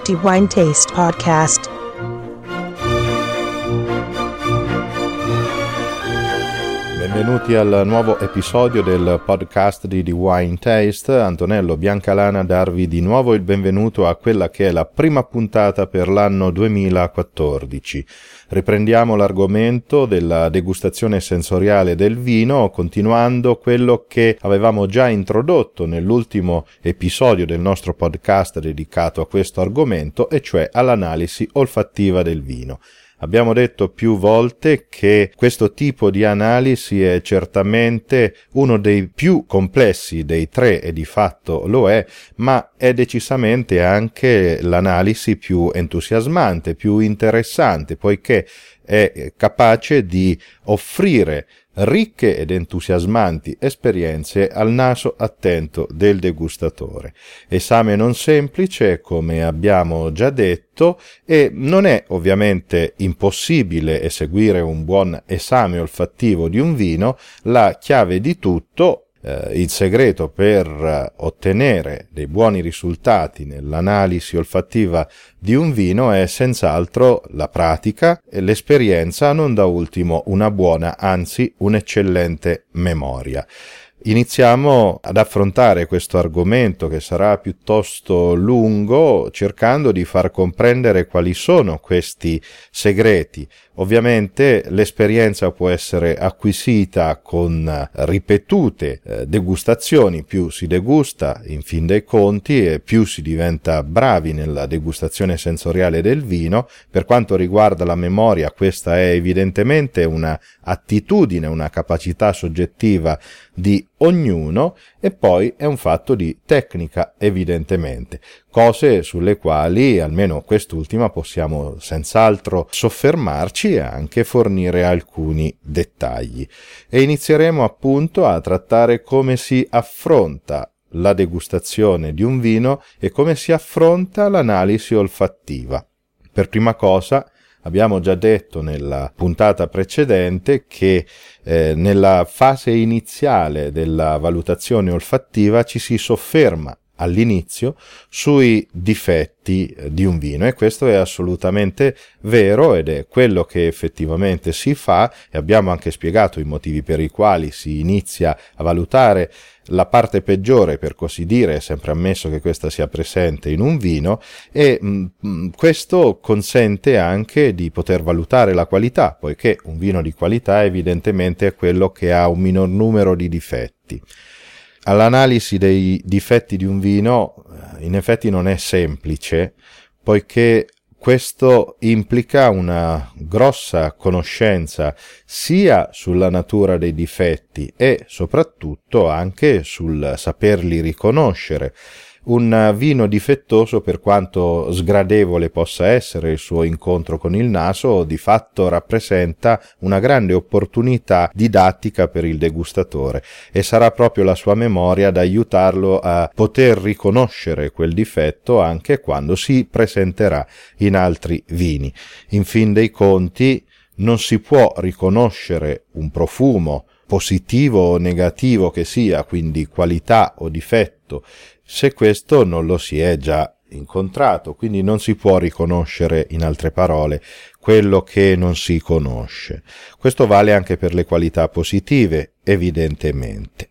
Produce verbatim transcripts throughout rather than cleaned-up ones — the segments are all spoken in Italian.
The Wine Taste Podcast. Benvenuti al nuovo episodio del podcast di The Wine Taste. Antonello Biancalana a darvi di nuovo il benvenuto a quella che è la prima puntata per l'anno duemilaquattordici. Riprendiamo l'argomento della degustazione sensoriale del vino, continuando quello che avevamo già introdotto nell'ultimo episodio del nostro podcast dedicato a questo argomento, e cioè all'analisi olfattiva del vino. Abbiamo detto più volte che questo tipo di analisi è certamente uno dei più complessi dei tre, e di fatto lo è, ma è decisamente anche l'analisi più entusiasmante, più interessante, poiché è capace di offrire ricche ed entusiasmanti esperienze al naso attento del degustatore. Esame non semplice, come abbiamo già detto, e non è ovviamente impossibile eseguire un buon esame olfattivo di un vino. La chiave di tutto, Eh, il segreto per eh, ottenere dei buoni risultati nell'analisi olfattiva di un vino è senz'altro la pratica e l'esperienza, non da ultimo una buona, anzi un'eccellente memoria. Iniziamo ad affrontare questo argomento, che sarà piuttosto lungo, cercando di far comprendere quali sono questi segreti. Ovviamente l'esperienza può essere acquisita con ripetute eh, degustazioni. Più si degusta, in fin dei conti, e più si diventa bravi nella degustazione sensoriale del vino. Per quanto riguarda la memoria, questa è evidentemente una attitudine, una capacità soggettiva di ognuno, e poi è un fatto di tecnica, evidentemente, cose sulle quali, almeno quest'ultima, possiamo senz'altro soffermarci e anche fornire alcuni dettagli. E inizieremo appunto a trattare come si affronta la degustazione di un vino e come si affronta l'analisi olfattiva. Per prima cosa, abbiamo già detto nella puntata precedente che eh, nella fase iniziale della valutazione olfattiva ci si sofferma all'inizio sui difetti di un vino, e questo è assolutamente vero ed è quello che effettivamente si fa, e abbiamo anche spiegato i motivi per i quali si inizia a valutare la parte peggiore, per così dire, è sempre ammesso che questa sia presente in un vino, e mh, questo consente anche di poter valutare la qualità, poiché un vino di qualità evidentemente è quello che ha un minor numero di difetti. All'analisi dei difetti di un vino in effetti non è semplice, poiché questo implica una grossa conoscenza sia sulla natura dei difetti e soprattutto anche sul saperli riconoscere. Un vino difettoso, per quanto sgradevole possa essere il suo incontro con il naso, di fatto rappresenta una grande opportunità didattica per il degustatore, e sarà proprio la sua memoria ad aiutarlo a poter riconoscere quel difetto anche quando si presenterà in altri vini. In fin dei conti, non si può riconoscere un profumo, positivo o negativo che sia, quindi qualità o difetto, se questo non lo si è già incontrato. Quindi non si può riconoscere, in altre parole, quello che non si conosce. Questo vale anche per le qualità positive, evidentemente.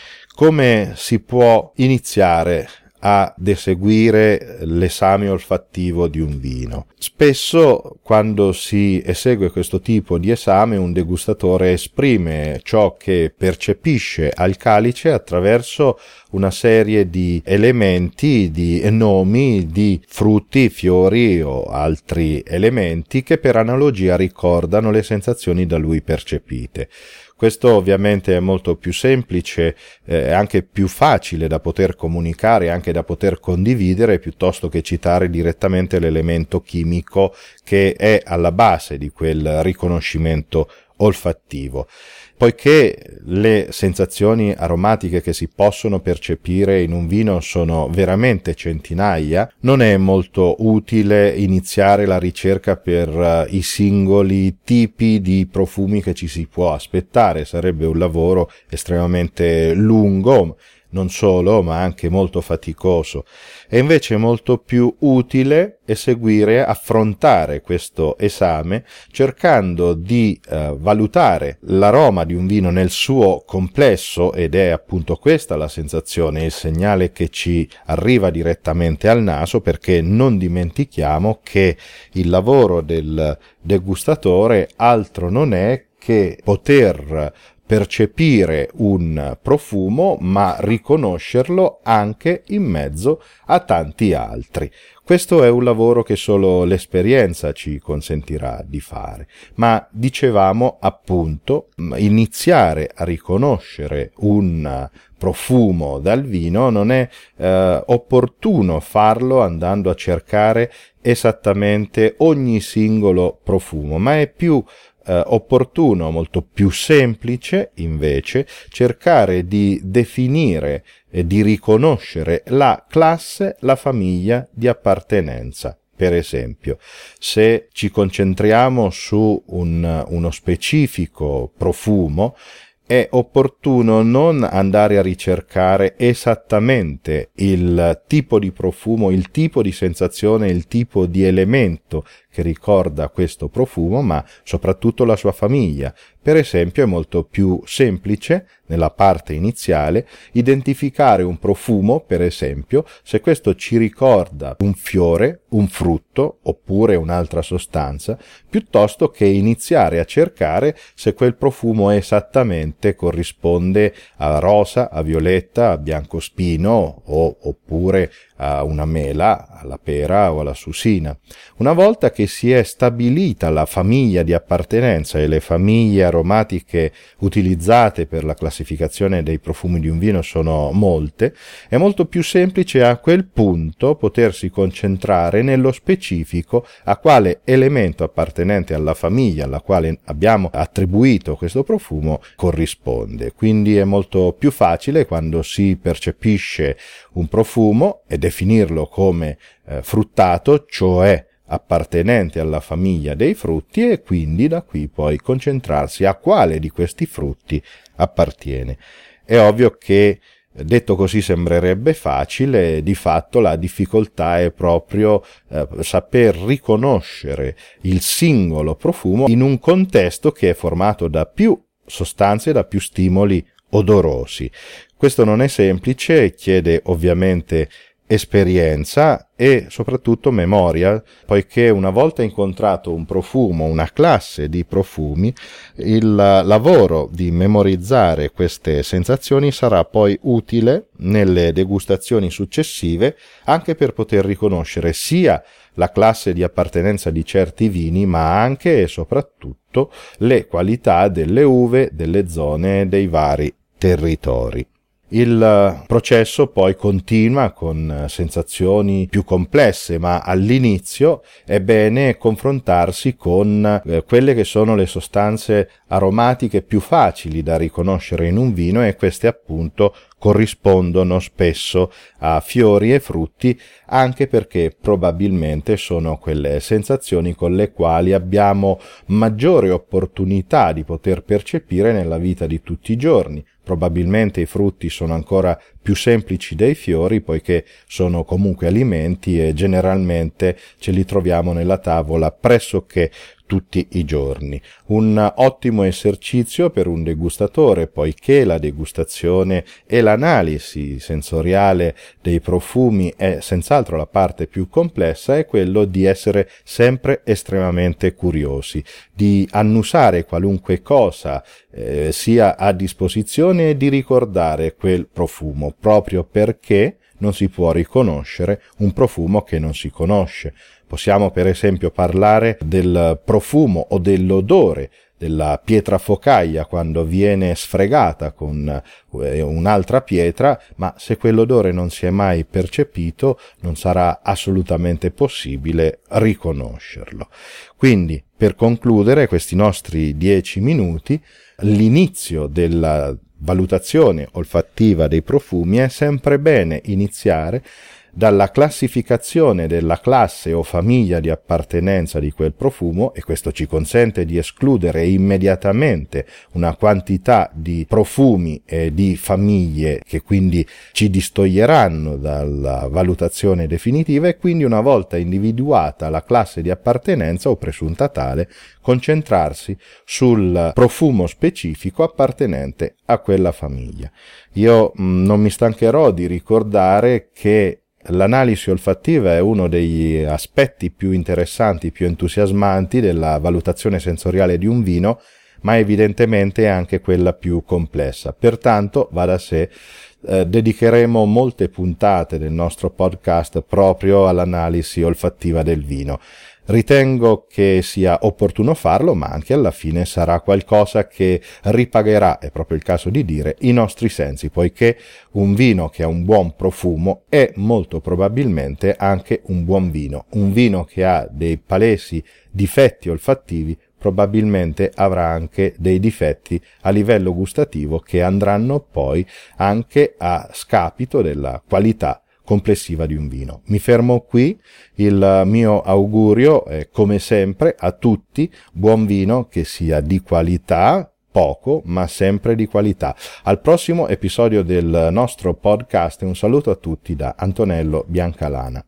Come si può iniziare ad eseguire l'esame olfattivo di un vino? Spesso, quando si esegue questo tipo di esame, un degustatore esprime ciò che percepisce al calice attraverso una serie di elementi, di nomi, di frutti, fiori o altri elementi che per analogia ricordano le sensazioni da lui percepite. Questo ovviamente è molto più semplice e eh, anche più facile da poter comunicare, anche da poter condividere, piuttosto che citare direttamente l'elemento chimico che è alla base di quel riconoscimento olfattivo. Poiché le sensazioni aromatiche che si possono percepire in un vino sono veramente centinaia, non è molto utile iniziare la ricerca per uh, i singoli tipi di profumi che ci si può aspettare. Sarebbe un lavoro estremamente lungo, non solo, ma anche molto faticoso. È invece molto più utile eseguire, affrontare questo esame cercando di eh, valutare l'aroma di un vino nel suo complesso, ed è appunto questa la sensazione, il segnale che ci arriva direttamente al naso, perché non dimentichiamo che il lavoro del degustatore altro non è che poter percepire un profumo, ma riconoscerlo anche in mezzo a tanti altri. Questo è un lavoro che solo l'esperienza ci consentirà di fare, ma dicevamo appunto iniziare a riconoscere un profumo dal vino non è eh, opportuno farlo andando a cercare esattamente ogni singolo profumo, ma è più Eh, opportuno, molto più semplice invece, cercare di definire e di riconoscere la classe, la famiglia di appartenenza. Per esempio, se ci concentriamo su un, uno specifico profumo, è opportuno non andare a ricercare esattamente il tipo di profumo, il tipo di sensazione, il tipo di elemento che ricorda questo profumo, ma soprattutto la sua famiglia. Per esempio, è molto più semplice, nella parte iniziale, identificare un profumo, per esempio, se questo ci ricorda un fiore, un frutto, oppure un'altra sostanza, piuttosto che iniziare a cercare se quel profumo esattamente corrisponde a rosa, a violetta, a biancospino o oppure a una mela, alla pera o alla susina. Una volta che si è stabilita la famiglia di appartenenza e le famiglie aromatiche utilizzate per la classificazione dei profumi di un vino sono molte, è molto più semplice a quel punto potersi concentrare nello specifico a quale elemento appartenente alla famiglia alla quale abbiamo attribuito questo profumo corrisponde. Quindi è molto più facile quando si percepisce un profumo e definirlo come eh, fruttato, cioè appartenente alla famiglia dei frutti, e quindi da qui poi concentrarsi a quale di questi frutti appartiene. È ovvio che detto così sembrerebbe facile, di fatto la difficoltà è proprio eh, saper riconoscere il singolo profumo in un contesto che è formato da più sostanze, da più stimoli odorosi. Questo non è semplice, chiede ovviamente esperienza e soprattutto memoria, poiché una volta incontrato un profumo, una classe di profumi, il lavoro di memorizzare queste sensazioni sarà poi utile nelle degustazioni successive, anche per poter riconoscere sia la classe di appartenenza di certi vini, ma anche e soprattutto le qualità delle uve, delle zone, dei vari territori. Il processo poi continua con sensazioni più complesse, ma all'inizio è bene confrontarsi con eh, quelle che sono le sostanze aromatiche più facili da riconoscere in un vino, e queste appunto corrispondono spesso a fiori e frutti, anche perché probabilmente sono quelle sensazioni con le quali abbiamo maggiore opportunità di poter percepire nella vita di tutti i giorni. Probabilmente i frutti sono ancora più semplici dei fiori, poiché sono comunque alimenti e generalmente ce li troviamo nella tavola pressoché tutti i giorni. Un ottimo esercizio per un degustatore, poiché la degustazione e l'analisi sensoriale dei profumi è senz'altro la parte più complessa, è quello di essere sempre estremamente curiosi, di annusare qualunque cosa eh, sia a disposizione e di ricordare quel profumo, proprio perché non si può riconoscere un profumo che non si conosce. Possiamo per esempio parlare del profumo o dell'odore della pietra focaia quando viene sfregata con un'altra pietra, ma se quell'odore non si è mai percepito non sarà assolutamente possibile riconoscerlo. Quindi, per concludere questi nostri dieci minuti, l'inizio della valutazione olfattiva dei profumi è sempre bene iniziare dalla classificazione della classe o famiglia di appartenenza di quel profumo, e questo ci consente di escludere immediatamente una quantità di profumi e di famiglie che quindi ci distoglieranno dalla valutazione definitiva, e quindi una volta individuata la classe di appartenenza o presunta tale, concentrarsi sul profumo specifico appartenente a quella famiglia. Io mh, non mi stancherò di ricordare che l'analisi olfattiva è uno degli aspetti più interessanti, più entusiasmanti della valutazione sensoriale di un vino, ma evidentemente è anche quella più complessa. Pertanto va da sé, eh, dedicheremo molte puntate del nostro podcast proprio all'analisi olfattiva del vino. Ritengo che sia opportuno farlo, ma anche alla fine sarà qualcosa che ripagherà, è proprio il caso di dire, i nostri sensi, poiché un vino che ha un buon profumo è molto probabilmente anche un buon vino. Un vino che ha dei palesi difetti olfattivi probabilmente avrà anche dei difetti a livello gustativo che andranno poi anche a scapito della qualità complessiva di un vino. Mi fermo qui, il mio augurio è come sempre a tutti buon vino che sia di qualità, poco ma sempre di qualità. Al prossimo episodio del nostro podcast un saluto a tutti da Antonello Biancalana.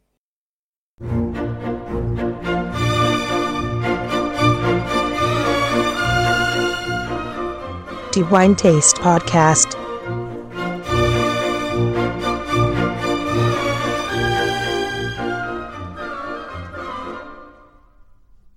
The Wine Taste Podcast.